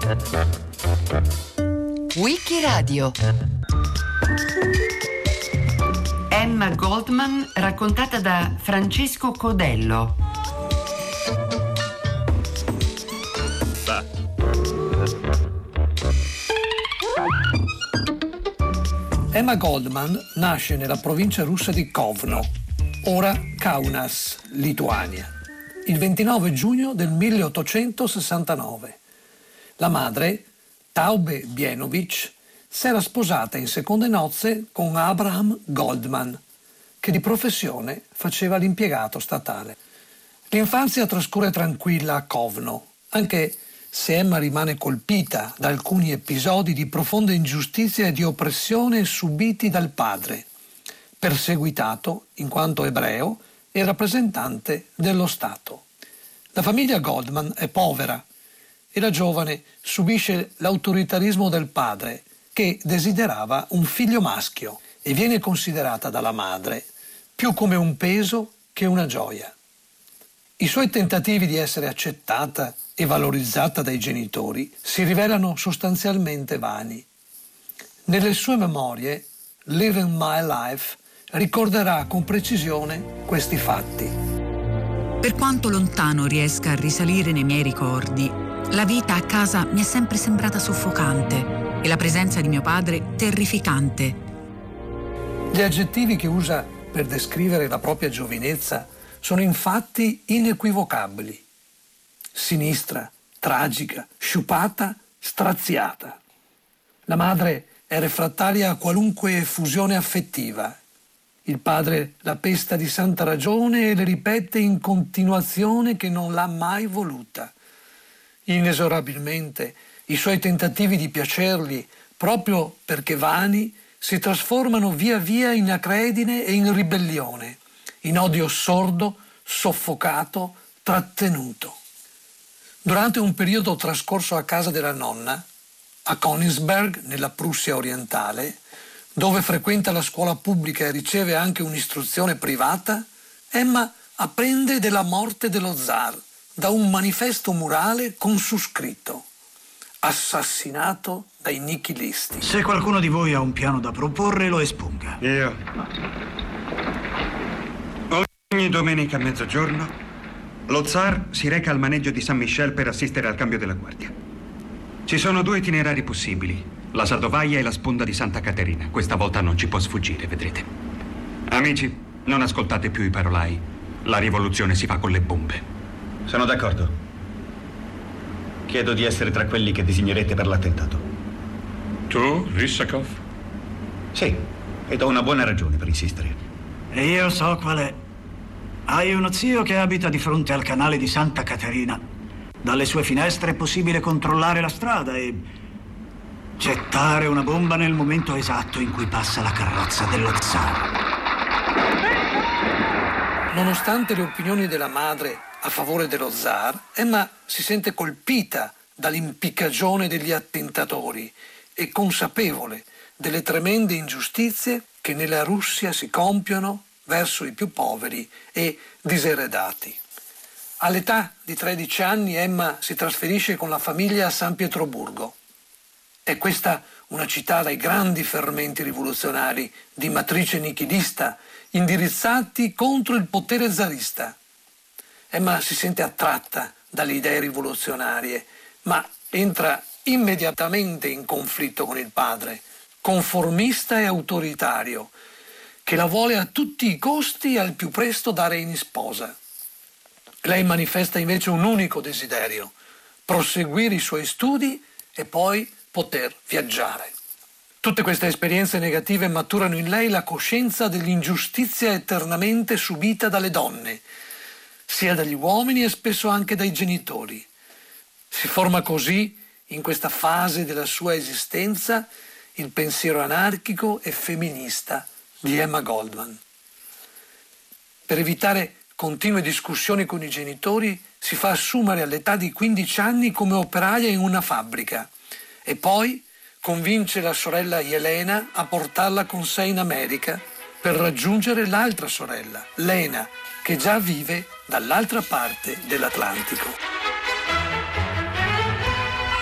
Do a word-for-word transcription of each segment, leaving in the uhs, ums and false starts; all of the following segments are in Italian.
Wikiradio. Emma Goldman raccontata da Francesco Codello. Emma Goldman nasce nella provincia russa di Kovno, ora Kaunas, Lituania, il ventinove giugno del milleottocentosessantanove. La madre, Taube Bienovic, si era sposata in seconde nozze con Abraham Goldman, che di professione faceva l'impiegato statale. L'infanzia trascorre tranquilla a Kovno, anche se Emma rimane colpita da alcuni episodi di profonda ingiustizia e di oppressione subiti dal padre, perseguitato in quanto ebreo e rappresentante dello Stato. La famiglia Goldman è povera e la giovane subisce l'autoritarismo del padre, che desiderava un figlio maschio, e viene considerata dalla madre più come un peso che una gioia. I suoi tentativi di essere accettata e valorizzata dai genitori si rivelano sostanzialmente vani. Nelle sue memorie, Living My Life ricorderà con precisione questi fatti. Per quanto lontano riesca a risalire nei miei ricordi, la vita a casa mi è sempre sembrata soffocante e la presenza di mio padre terrificante. Gli aggettivi che usa per descrivere la propria giovinezza sono infatti inequivocabili: sinistra, tragica, sciupata, straziata. La madre è refrattaria a qualunque fusione affettiva. Il padre la pesta di santa ragione e le ripete in continuazione che non l'ha mai voluta. Inesorabilmente i suoi tentativi di piacergli, proprio perché vani, si trasformano via via in acredine e in ribellione, in odio sordo, soffocato, trattenuto. Durante un periodo trascorso a casa della nonna, a Königsberg, nella Prussia orientale, dove frequenta la scuola pubblica e riceve anche un'istruzione privata, Emma apprende della morte dello zar da un manifesto murale con su scritto: assassinato dai nichilisti. Se qualcuno di voi ha un piano da proporre, lo esponga. Io. Ogni domenica a mezzogiorno lo zar si reca al maneggio di Saint Michel per assistere al cambio della guardia. Ci sono due itinerari possibili: la Sadovaia e la sponda di Santa Caterina. Questa volta non ci può sfuggire, vedrete. Amici, non ascoltate più i parolai. La rivoluzione si fa con le bombe. Sono d'accordo. Chiedo di essere tra quelli che designerete per l'attentato. Tu, Rissakov? Sì, ed ho una buona ragione per insistere. E io so qual è. Hai uno zio che abita di fronte al canale di Santa Caterina. Dalle sue finestre è possibile controllare la strada e gettare una bomba nel momento esatto in cui passa la carrozza dello zar. Nonostante le opinioni della madre a favore dello zar, Emma si sente colpita dall'impiccagione degli attentatori e consapevole delle tremende ingiustizie che nella Russia si compiono verso i più poveri e diseredati. All'età di tredici anni Emma si trasferisce con la famiglia a San Pietroburgo. È questa una città dai grandi fermenti rivoluzionari di matrice nichilista indirizzati contro il potere zarista. Emma si sente attratta dalle idee rivoluzionarie, ma entra immediatamente in conflitto con il padre, conformista e autoritario, che la vuole a tutti i costi al più presto dare in sposa. Lei manifesta invece un unico desiderio: proseguire i suoi studi e poi poter viaggiare. Tutte queste esperienze negative maturano in lei la coscienza dell'ingiustizia eternamente subita dalle donne, sia dagli uomini e spesso anche dai genitori. Si forma così, in questa fase della sua esistenza, il pensiero anarchico e femminista di Emma Goldman. Per evitare continue discussioni con i genitori, si fa assumere all'età di quindici anni come operaia in una fabbrica e poi convince la sorella Elena a portarla con sé in America per raggiungere l'altra sorella, Lena, che già vive dall'altra parte dell'Atlantico.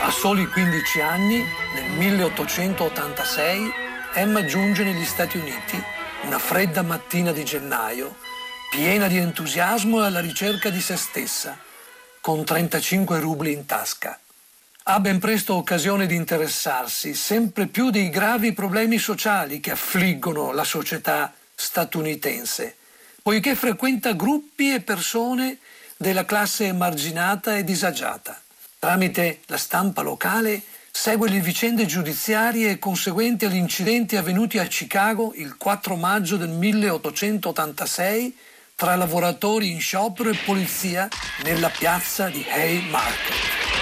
A soli quindici anni, nel milleottocentottantasei, Emma giunge negli Stati Uniti una fredda mattina di gennaio, piena di entusiasmo e alla ricerca di se stessa, con trentacinque rubli in tasca. Ha ben presto occasione di interessarsi sempre più dei gravi problemi sociali che affliggono la società statunitense, poiché frequenta gruppi e persone della classe emarginata e disagiata. Tramite la stampa locale segue le vicende giudiziarie conseguenti agli incidenti avvenuti a Chicago il quattro maggio del milleottocentottantasei tra lavoratori in sciopero e polizia nella piazza di Haymarket.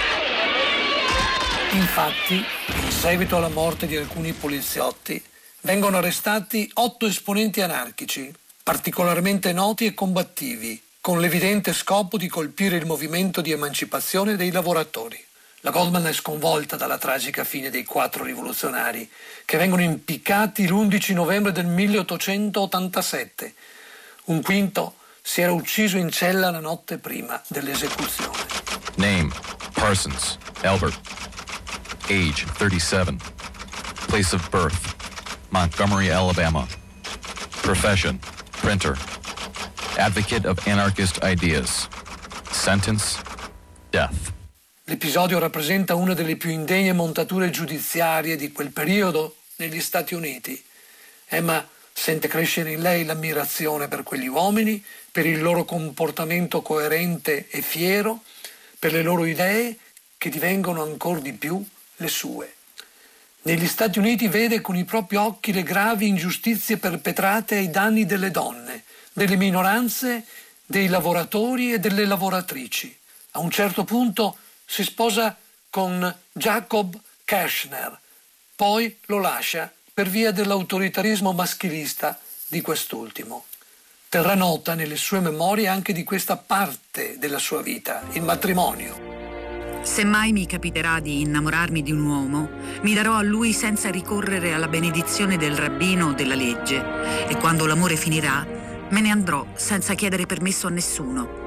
Infatti, in seguito alla morte di alcuni poliziotti, vengono arrestati otto esponenti anarchici, particolarmente noti e combattivi, con l'evidente scopo di colpire il movimento di emancipazione dei lavoratori. La Goldman è sconvolta dalla tragica fine dei quattro rivoluzionari, che vengono impiccati l'undici novembre del milleottocentottantasette. Un quinto si era ucciso in cella la notte prima dell'esecuzione. Name: Parsons, Albert. Age: thirty-seven. Place of birth: Montgomery, Alabama. Profession: printer. Advocate of anarchist ideas. Sentence: death. L'episodio rappresenta una delle più indegne montature giudiziarie di quel periodo negli Stati Uniti. Emma sente crescere in lei l'ammirazione per quegli uomini, per il loro comportamento coerente e fiero, per le loro idee che divengono ancor di più le sue. Negli Stati Uniti vede con i propri occhi le gravi ingiustizie perpetrate ai danni delle donne, delle minoranze, dei lavoratori e delle lavoratrici. A un certo punto si sposa con Jacob Kirshner, poi lo lascia per via dell'autoritarismo maschilista di quest'ultimo. Terrà nota nelle sue memorie anche di questa parte della sua vita, il matrimonio. Se mai mi capiterà di innamorarmi di un uomo, mi darò a lui senza ricorrere alla benedizione del rabbino o della legge, e quando l'amore finirà, me ne andrò senza chiedere permesso a nessuno.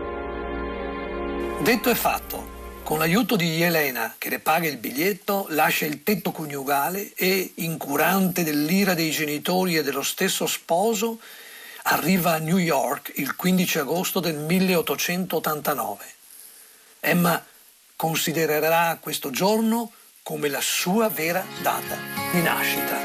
Detto e fatto. Con l'aiuto di Elena, che le paga il biglietto, lascia il tetto coniugale e, incurante dell'ira dei genitori e dello stesso sposo, arriva a New York il quindici agosto del milleottocentottantanove. Emma considererà questo giorno come la sua vera data di nascita.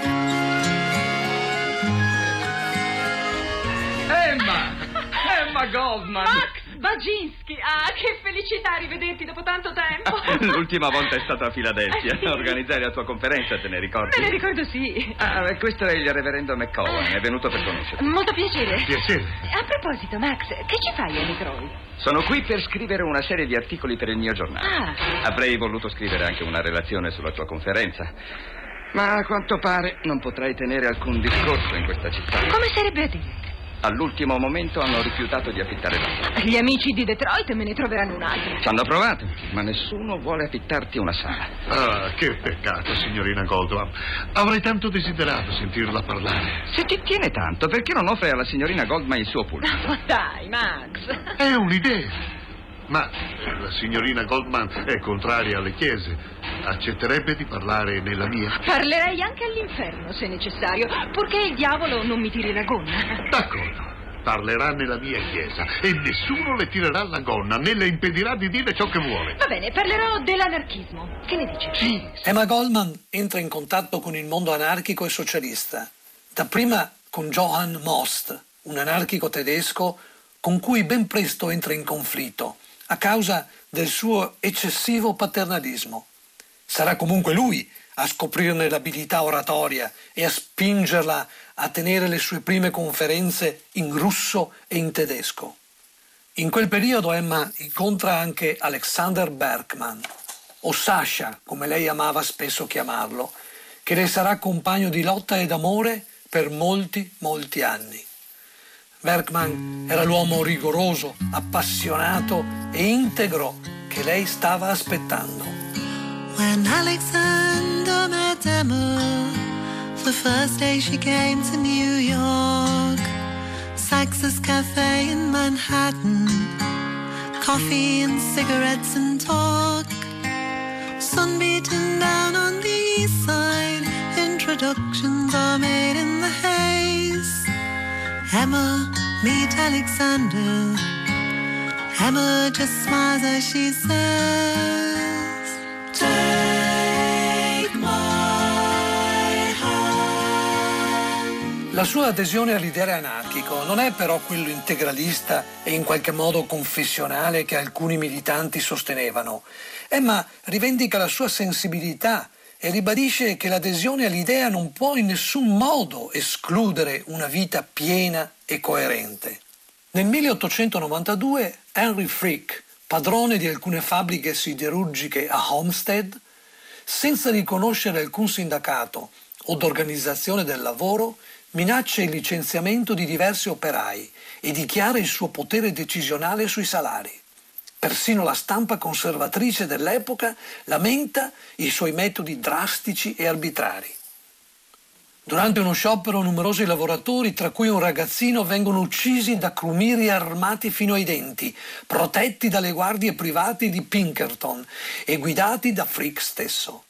Emma! Emma Goldman! Max Baginski! Ah, che felicità rivederti dopo tanto tempo! L'ultima volta è stata a Filadelfia. Ah, sì? Organizzai la tua conferenza, te ne ricordi? Me ne ricordo, sì. Ah, questo è il reverendo McCowan, è venuto per conoscerti. Molto piacere. Piacere. A proposito, Max, che ci fai a Detroit? Sono qui per scrivere una serie di articoli per il mio giornale. Ah. Avrei voluto scrivere anche una relazione sulla tua conferenza, ma a quanto pare non potrai tenere alcun discorso in questa città. Come sarebbe a dire? All'ultimo momento hanno rifiutato di affittare la sala. Gli amici di Detroit me ne troveranno un'altra. Ci hanno provato, ma nessuno vuole affittarti una sala. Ah, che peccato, signorina Goldman. Avrei tanto desiderato sentirla parlare. Se ti tiene tanto, perché non offre alla signorina Goldman il suo pulpito? Ma dai, Max. È un'idea. Ma la signorina Goldman è contraria alle chiese. Accetterebbe di parlare nella mia? Parlerei anche all'inferno, se necessario, purché il diavolo non mi tiri la gonna. D'accordo. Parlerà nella mia chiesa e nessuno le tirerà la gonna, né le impedirà di dire ciò che vuole. Va bene, parlerò dell'anarchismo. Che ne dici? Sì. Emma Goldman entra in contatto con il mondo anarchico e socialista. Dapprima con Johann Most, un anarchico tedesco con cui ben presto entra in conflitto a causa del suo eccessivo paternalismo. Sarà comunque lui a scoprirne l'abilità oratoria e a spingerla a tenere le sue prime conferenze in russo e in tedesco. In quel periodo Emma incontra anche Alexander Berkman, o Sasha, come lei amava spesso chiamarlo, che le sarà compagno di lotta ed amore per molti, molti anni. Berkman era l'uomo rigoroso, appassionato e integro che lei stava aspettando. When Alexander met Emma, the first day she came to New York, Sykes' Cafe in Manhattan, coffee and cigarettes and talk. sun beating down on the east side. Introductions are made in the haze. Emma, meet Alexander. Emma just smiles as she says, take my hand. La sua adesione all'ideale anarchico non è però quello integralista e in qualche modo confessionale che alcuni militanti sostenevano. Emma rivendica la sua sensibilità e ribadisce che l'adesione all'idea non può in nessun modo escludere una vita piena e coerente. Nel milleottocentonovantadue Henry Frick, padrone di alcune fabbriche siderurgiche a Homestead, senza riconoscere alcun sindacato o d'organizzazione del lavoro, minaccia il licenziamento di diversi operai e dichiara il suo potere decisionale sui salari. Persino la stampa conservatrice dell'epoca lamenta i suoi metodi drastici e arbitrari. Durante uno sciopero numerosi lavoratori, tra cui un ragazzino, vengono uccisi da crumiri armati fino ai denti, protetti dalle guardie private di Pinkerton e guidati da Frick stesso.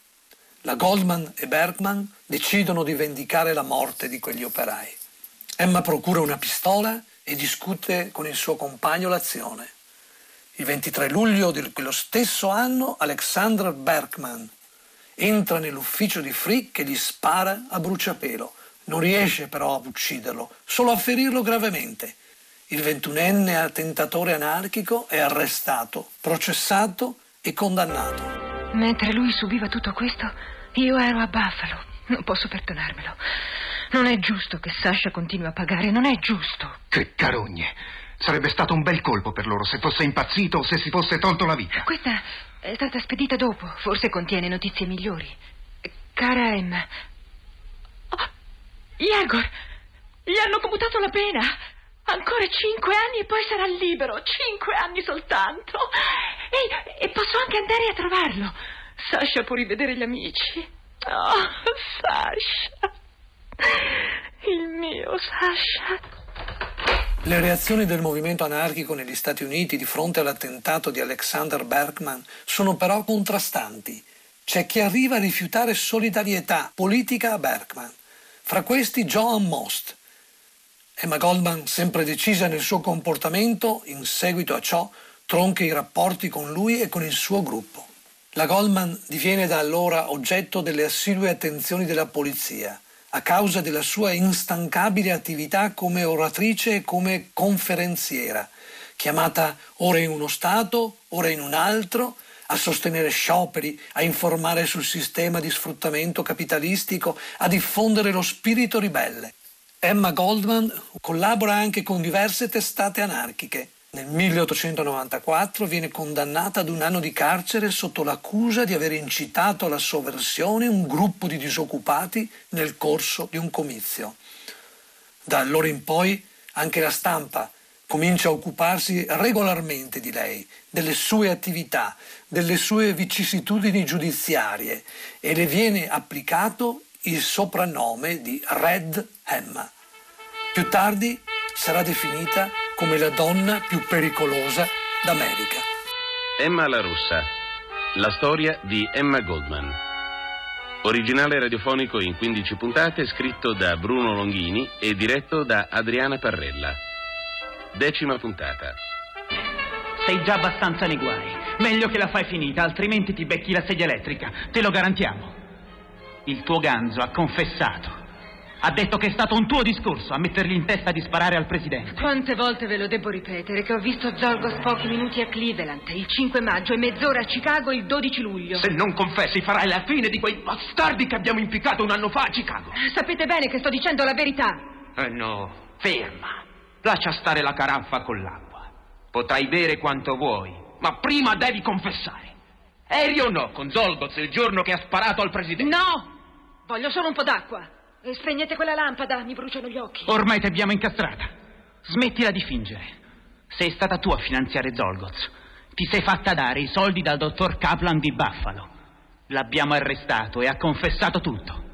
La Goldman e Bergman decidono di vendicare la morte di quegli operai. Emma procura una pistola e discute con il suo compagno l'azione. Il ventitré luglio di quello stesso anno Alexander Bergman entra nell'ufficio di Frick e gli spara a bruciapelo. Non riesce però a ucciderlo, solo a ferirlo gravemente. Il ventunenne attentatore anarchico è arrestato, processato e condannato. Mentre lui subiva tutto questo, io ero a Buffalo. Non posso perdonarmelo. Non è giusto che Sasha continui a pagare, non è giusto. Che carogne! Sarebbe stato un bel colpo per loro se fosse impazzito o se si fosse tolto la vita. Questa è stata spedita dopo. Forse contiene notizie migliori. Cara Emma. Oh, Igor, gli hanno commutato la pena. Ancora cinque anni e poi sarà libero. Cinque anni soltanto. E, e posso anche andare a trovarlo. Sasha può rivedere gli amici. Oh, Sasha. Il mio Sasha. Le reazioni del movimento anarchico negli Stati Uniti di fronte all'attentato di Alexander Bergman sono però contrastanti. C'è chi arriva a rifiutare solidarietà politica a Bergman. Fra questi Joan Most. Emma Goldman, sempre decisa nel suo comportamento, in seguito a ciò tronca i rapporti con lui e con il suo gruppo. La Goldman diviene da allora oggetto delle assidue attenzioni della polizia, a causa della sua instancabile attività come oratrice e come conferenziera, chiamata ora in uno stato, ora in un altro, a sostenere scioperi, a informare sul sistema di sfruttamento capitalistico, a diffondere lo spirito ribelle. Emma Goldman collabora anche con diverse testate anarchiche. Nel milleottocentonovantaquattro viene condannata ad un anno di carcere sotto l'accusa di aver incitato alla sovversione un gruppo di disoccupati nel corso di un comizio. Da allora in poi anche la stampa comincia a occuparsi regolarmente di lei, delle sue attività, delle sue vicissitudini giudiziarie e le viene applicato il soprannome di Red Emma. Più tardi sarà definita come la donna più pericolosa d'America. Emma la Russa, la storia di Emma Goldman. Originale radiofonico in quindici puntate, scritto da Bruno Longhini e diretto da Adriana Parrella. Decima puntata. Sei già abbastanza nei guai. Meglio che la fai finita, altrimenti ti becchi la sedia elettrica. Te lo garantiamo. Il tuo ganzo ha confessato. Ha detto che è stato un tuo discorso a mettergli in testa di sparare al presidente. Quante volte ve lo devo ripetere che ho visto Zolgos pochi minuti a Cleveland, il cinque maggio e mezz'ora a Chicago il dodici luglio. Se non confessi farai la fine di quei bastardi che abbiamo impiccato un anno fa a Chicago. Sapete bene che sto dicendo la verità. Eh no, ferma. Lascia stare la caraffa con l'acqua. Potrai bere quanto vuoi, ma prima devi confessare. Eri o no con Zolgos il giorno che ha sparato al presidente? No! Voglio solo un po' d'acqua. E spegnete quella lampada, mi bruciano gli occhi. Ormai ti abbiamo incastrata. Smettila di fingere. Sei stata tu a finanziare Zolgos. Ti sei fatta dare i soldi dal dottor Kaplan di Buffalo. L'abbiamo arrestato e ha confessato tutto.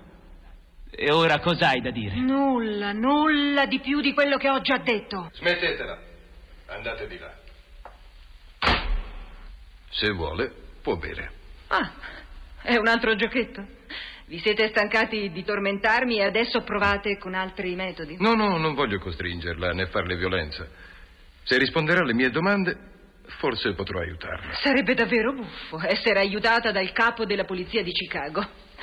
E ora cos'hai da dire? Nulla, nulla di più di quello che ho già detto. Smettetela. Andate di là. Se vuole, può bere. Ah, è un altro giochetto? Vi siete stancati di tormentarmi e adesso provate con altri metodi? No, no, non voglio costringerla né farle violenza. Se risponderà alle mie domande, forse potrò aiutarla. Sarebbe davvero buffo essere aiutata dal capo della polizia di Chicago.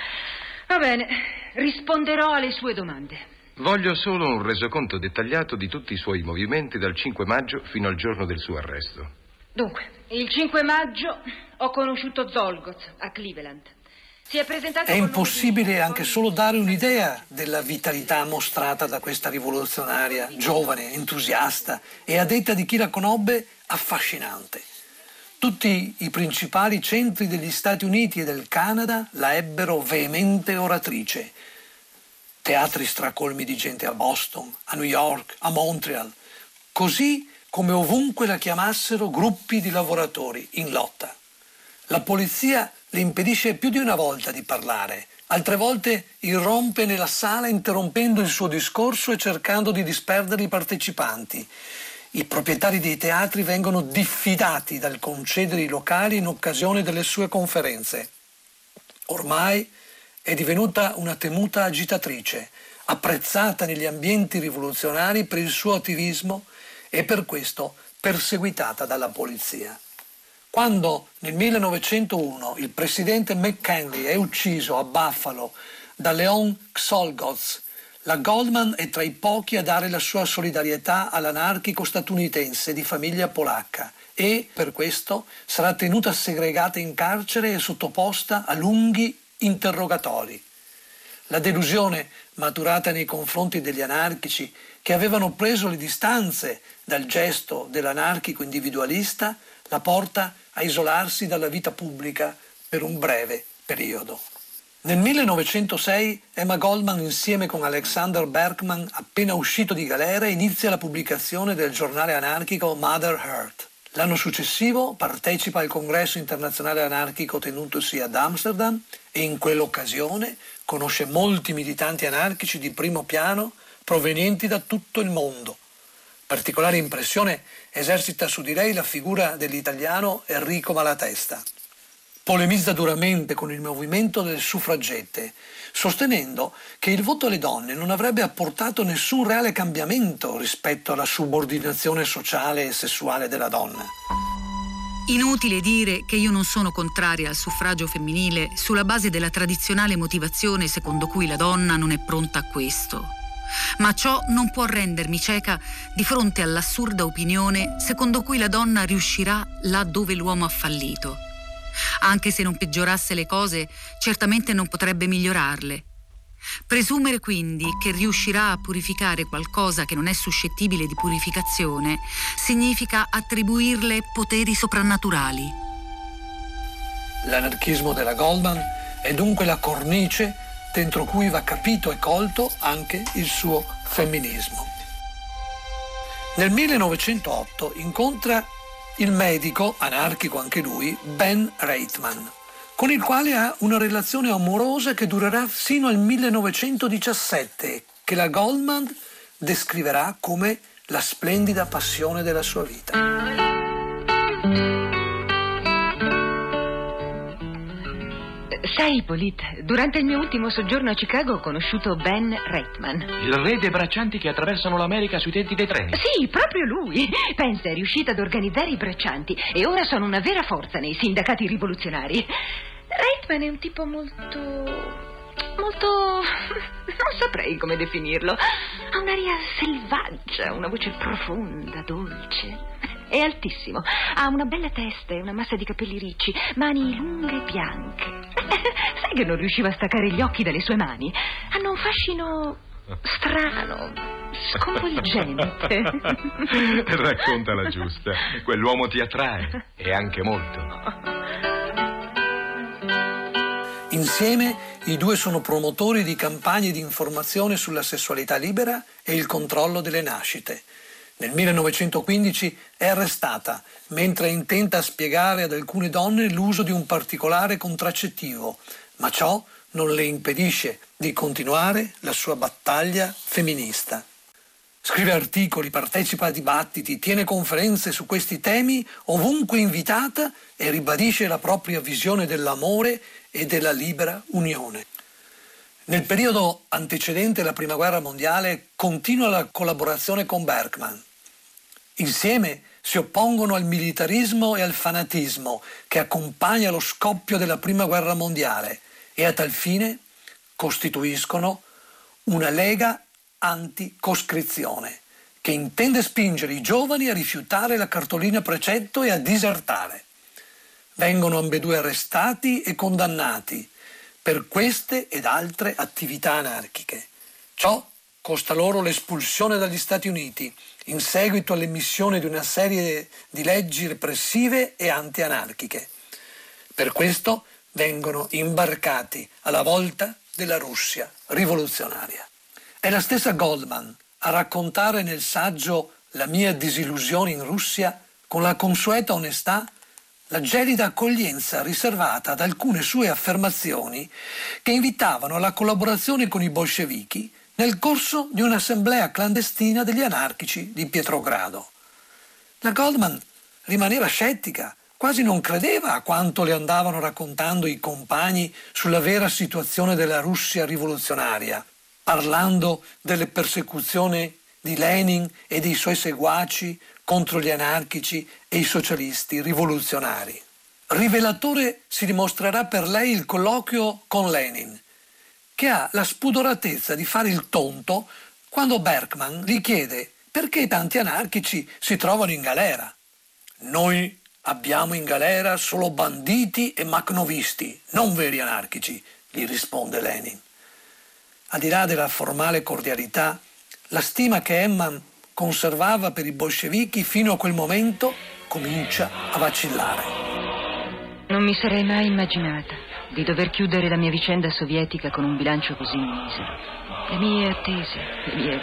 Va bene, risponderò alle sue domande. Voglio solo un resoconto dettagliato di tutti i suoi movimenti dal cinque maggio fino al giorno del suo arresto. Dunque, il cinque maggio ho conosciuto Zolgoz a Cleveland. Si è presentato. È impossibile anche solo dare un'idea della vitalità mostrata da questa rivoluzionaria, giovane, entusiasta e, a detta di chi la conobbe, affascinante. Tutti i principali centri degli Stati Uniti e del Canada la ebbero veemente oratrice. Teatri stracolmi di gente a Boston, a New York, a Montreal, così come ovunque la chiamassero gruppi di lavoratori in lotta. La polizia le impedisce più di una volta di parlare, altre volte irrompe nella sala interrompendo il suo discorso e cercando di disperdere i partecipanti. I proprietari dei teatri vengono diffidati dal concedere i locali in occasione delle sue conferenze. Ormai è divenuta una temuta agitatrice, apprezzata negli ambienti rivoluzionari per il suo attivismo e per questo perseguitata dalla polizia. Quando nel millenovecentouno il presidente McKinley è ucciso a Buffalo da Leon Czolgosz, la Goldman è tra i pochi a dare la sua solidarietà all'anarchico statunitense di famiglia polacca e, per questo, sarà tenuta segregata in carcere e sottoposta a lunghi interrogatori. La delusione maturata nei confronti degli anarchici che avevano preso le distanze dal gesto dell'anarchico individualista la porta a isolarsi dalla vita pubblica per un breve periodo. Nel millenovecentosei Emma Goldman, insieme con Alexander Berkman, appena uscito di galera, inizia la pubblicazione del giornale anarchico Mother Earth. L'anno successivo partecipa al congresso internazionale anarchico tenutosi ad Amsterdam e in quell'occasione conosce molti militanti anarchici di primo piano provenienti da tutto il mondo. Particolare impressione esercita su di lei la figura dell'italiano Enrico Malatesta. Polemizza duramente con il movimento delle suffragette, sostenendo che il voto alle donne non avrebbe apportato nessun reale cambiamento rispetto alla subordinazione sociale e sessuale della donna. Inutile dire che io non sono contraria al suffragio femminile sulla base della tradizionale motivazione secondo cui la donna non è pronta a questo. Ma ciò non può rendermi cieca di fronte all'assurda opinione secondo cui la donna riuscirà là dove l'uomo ha fallito. Anche se non peggiorasse le cose, certamente non potrebbe migliorarle. Presumere quindi che riuscirà a purificare qualcosa che non è suscettibile di purificazione significa attribuirle poteri soprannaturali. L'anarchismo della Goldman è dunque la cornice dentro cui va capito e colto anche il suo femminismo. Nel millenovecentootto incontra il medico, anarchico anche lui, Ben Reitman, con il quale ha una relazione amorosa che durerà sino al millenovecentodiciassette, che la Goldman descriverà come la splendida passione della sua vita. Sai, Polit, durante il mio ultimo soggiorno a Chicago ho conosciuto Ben Reitman. Il re dei braccianti che attraversano l'America sui tetti dei treni. Sì, proprio lui. Pensa, è riuscito ad organizzare i braccianti e ora sono una vera forza nei sindacati rivoluzionari. Reitman è un tipo molto... molto... non saprei come definirlo. Ha un'aria selvaggia, una voce profonda, dolce. È altissimo, ha una bella testa e una massa di capelli ricci, mani lunghe e bianche. Sai che non riusciva a staccare gli occhi dalle sue mani? Hanno un fascino strano, sconvolgente. Racconta la giusta. Quell'uomo ti attrae, e anche molto. Insieme i due sono promotori di campagne di informazione sulla sessualità libera e il controllo delle nascite. Nel millenovecentoquindici è arrestata mentre è intenta a spiegare ad alcune donne l'uso di un particolare contraccettivo, ma ciò non le impedisce di continuare la sua battaglia femminista. Scrive articoli, partecipa a dibattiti, tiene conferenze su questi temi ovunque invitata e ribadisce la propria visione dell'amore e della libera unione. Nel periodo antecedente alla Prima Guerra Mondiale continua la collaborazione con Berkman. Insieme si oppongono al militarismo e al fanatismo che accompagna lo scoppio della Prima Guerra Mondiale e a tal fine costituiscono una lega anticoscrizione che intende spingere i giovani a rifiutare la cartolina precetto e a disertare. Vengono ambedue arrestati e condannati per queste ed altre attività anarchiche. Ciò costa loro l'espulsione dagli Stati Uniti in seguito all'emissione di una serie di leggi repressive e anti-anarchiche. Per questo vengono imbarcati alla volta della Russia rivoluzionaria. È la stessa Goldman a raccontare nel saggio La mia disillusione in Russia, con la consueta onestà, la gelida accoglienza riservata ad alcune sue affermazioni che invitavano alla collaborazione con i bolscevichi nel corso di un'assemblea clandestina degli anarchici di Pietrogrado. La Goldman rimaneva scettica, quasi non credeva a quanto le andavano raccontando i compagni sulla vera situazione della Russia rivoluzionaria, parlando delle persecuzioni di Lenin e dei suoi seguaci contro gli anarchici e i socialisti rivoluzionari. Rivelatore si dimostrerà per lei il colloquio con Lenin, che ha la spudoratezza di fare il tonto quando Berkman gli chiede perché tanti anarchici si trovano in galera. Noi abbiamo in galera solo banditi e macnovisti, non veri anarchici, gli risponde Lenin. Al di là della formale cordialità, la stima che Emman conservava per i bolscevichi fino a quel momento comincia a vacillare. Non mi sarei mai immaginata di dover chiudere la mia vicenda sovietica con un bilancio così misero. Le mie attese, le mie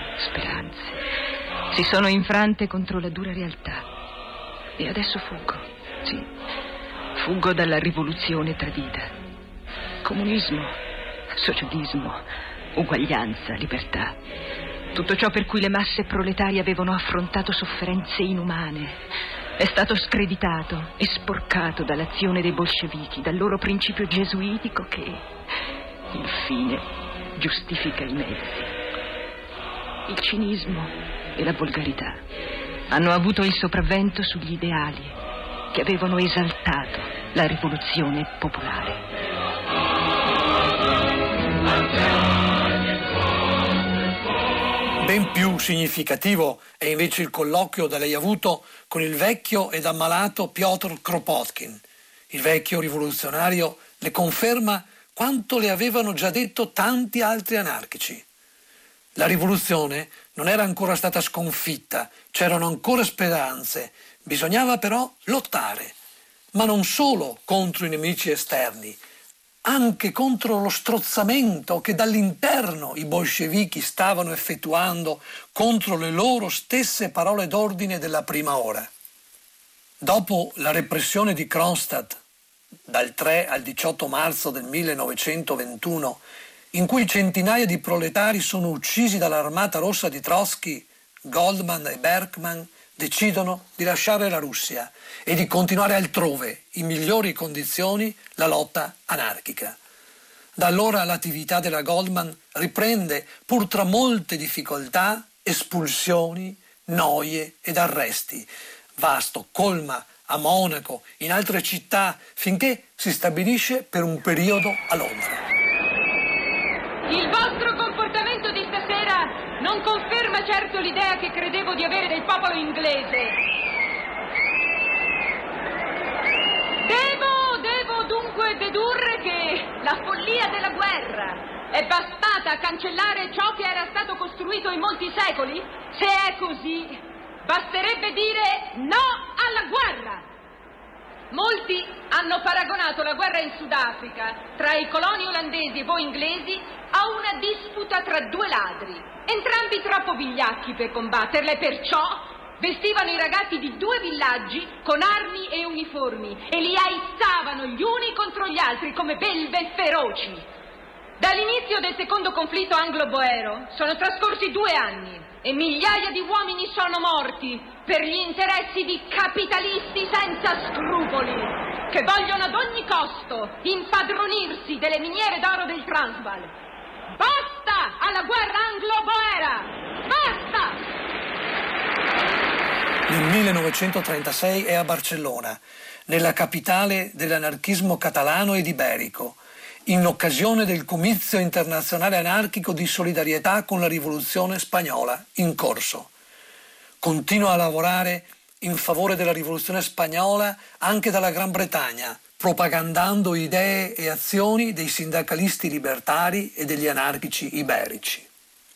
speranze si sono infrante contro la dura realtà. E adesso fuggo, sì, fuggo dalla rivoluzione tradita. Comunismo, socialismo, uguaglianza, libertà. Tutto ciò per cui le masse proletarie avevano affrontato sofferenze inumane è stato screditato e sporcato dall'azione dei bolscevichi, dal loro principio gesuitico che, il fine, giustifica i mezzi. Il cinismo e la volgarità hanno avuto il sopravvento sugli ideali che avevano esaltato la rivoluzione popolare. Ben più significativo è invece il colloquio da lei avuto con il vecchio ed ammalato Piotr Kropotkin. Il vecchio rivoluzionario le conferma quanto le avevano già detto tanti altri anarchici. La rivoluzione non era ancora stata sconfitta, c'erano ancora speranze, bisognava però lottare, ma non solo contro i nemici esterni, anche contro lo strozzamento che dall'interno i bolscevichi stavano effettuando contro le loro stesse parole d'ordine della prima ora. Dopo la repressione di Kronstadt, dal tre al diciotto marzo del millenovecentoventuno, in cui centinaia di proletari sono uccisi dall'Armata Rossa di Trotsky, Goldman e Berkman decidono di lasciare la Russia e di continuare altrove, in migliori condizioni, la lotta anarchica. Da allora l'attività della Goldman riprende, pur tra molte difficoltà, espulsioni, noie ed arresti. Va a Stoccolma, a Monaco, in altre città, finché si stabilisce per un periodo a Londra. Il vostro comportamento di stasera non conferma certo l'idea che credevo di avere del popolo inglese. Devo, devo dunque dedurre che la follia della guerra è bastata a cancellare ciò che era stato costruito in molti secoli? Se è così, basterebbe dire no alla guerra. Molti hanno paragonato la guerra in Sudafrica tra i coloni olandesi e voi inglesi a una disputa tra due ladri, entrambi troppo vigliacchi per combatterla e perciò vestivano i ragazzi di due villaggi con armi e uniformi e li aizzavano gli uni contro gli altri come belve feroci. Dall'inizio del secondo conflitto anglo-boero sono trascorsi due anni e migliaia di uomini sono morti per gli interessi di capitalisti senza scrupoli che vogliono ad ogni costo impadronirsi delle miniere d'oro del Transvaal. Basta alla guerra anglo-boera! Basta! Nel millenovecentotrentasei è a Barcellona, nella capitale dell'anarchismo catalano ed iberico, in occasione del comizio internazionale anarchico di solidarietà con la rivoluzione spagnola in corso. Continua a lavorare in favore della rivoluzione spagnola anche dalla Gran Bretagna, propagandando idee e azioni dei sindacalisti libertari e degli anarchici iberici.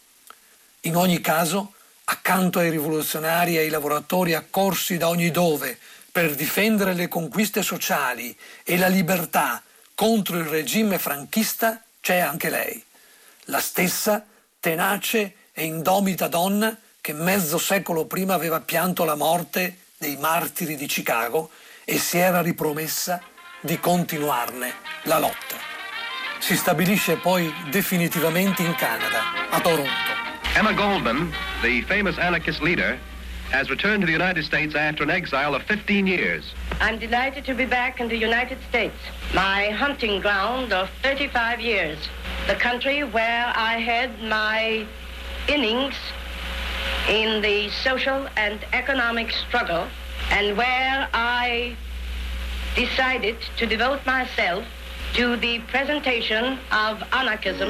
In ogni caso, accanto ai rivoluzionari e ai lavoratori accorsi da ogni dove per difendere le conquiste sociali e la libertà contro il regime franchista, c'è anche lei, la stessa tenace e indomita donna che mezzo secolo prima aveva pianto la morte dei martiri di Chicago e si era ripromessa di continuarne la lotta. Si stabilisce poi definitivamente in Canada, a Toronto. Emma Goldman, the famous anarchist leader, has returned to the United States after an exile of fifteen years. I'm delighted to be back in the United States, my hunting ground of thirty-five years, the country where I had my innings in the social and economic struggle, and where I decided to devote myself to the presentation of anarchism.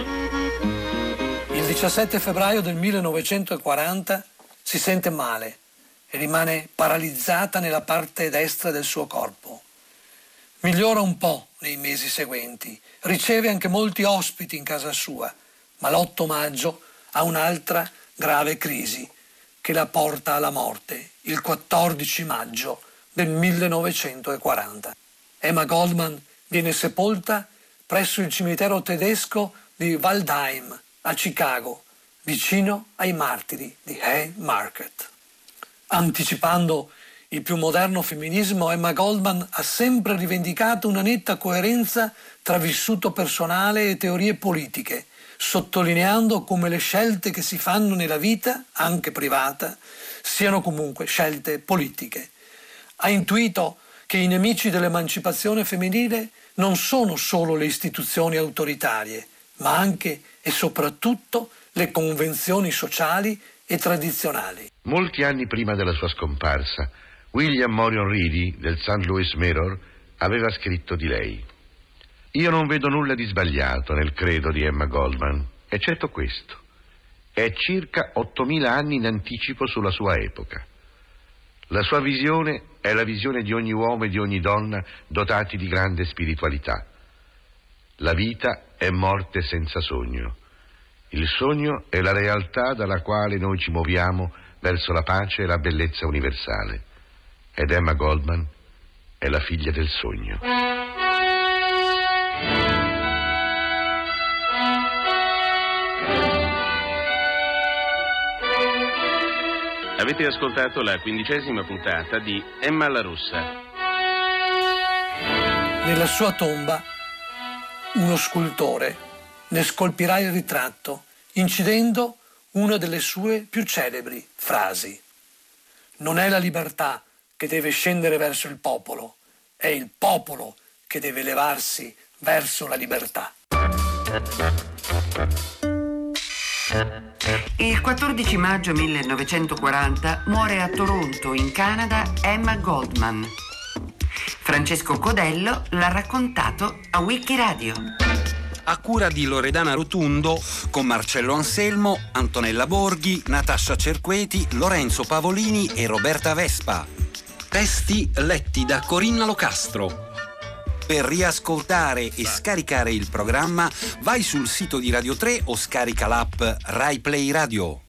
Il diciassette febbraio del millenovecentoquaranta si sente male e rimane paralizzata nella parte destra del suo corpo. Migliora un po' nei mesi seguenti, riceve anche molti ospiti in casa sua, ma l'otto maggio ha un'altra grave crisi che la porta alla morte il quattordici maggio del millenovecentoquaranta. Emma Goldman viene sepolta presso il cimitero tedesco di Waldheim a Chicago, vicino ai martiri di Haymarket. Anticipando il più moderno femminismo, Emma Goldman ha sempre rivendicato una netta coerenza tra vissuto personale e teorie politiche, sottolineando come le scelte che si fanno nella vita, anche privata, siano comunque scelte politiche. Ha intuito che i nemici dell'emancipazione femminile non sono solo le istituzioni autoritarie, ma anche e soprattutto le convenzioni sociali e tradizionali. Molti anni prima della sua scomparsa, William Marion Reedy del Saint Louis Mirror aveva scritto di lei: «Io non vedo nulla di sbagliato nel credo di Emma Goldman, eccetto questo. È circa ottomila anni in anticipo sulla sua epoca. La sua visione è la visione di ogni uomo e di ogni donna dotati di grande spiritualità. La vita è morte senza sogno. Il sogno è la realtà dalla quale noi ci muoviamo verso la pace e la bellezza universale. Ed Emma Goldman è la figlia del sogno». Avete ascoltato la quindicesima puntata di Emma la Russa. Nella sua tomba uno scultore ne scolpirà il ritratto, incidendo una delle sue più celebri frasi: «Non è la libertà che deve scendere verso il popolo, è il popolo che deve levarsi verso la libertà». Il quattordici maggio millenovecentoquaranta muore a Toronto, in Canada, Emma Goldman. Francesco Codello l'ha raccontato a Wikiradio. A cura di Loredana Rotundo, con Marcello Anselmo, Antonella Borghi, Natascia Cerqueti, Lorenzo Pavolini e Roberta Vespa. Testi letti da Corinna Locastro. Per riascoltare e scaricare il programma vai sul sito di Radio tre o scarica l'app Rai Play Radio.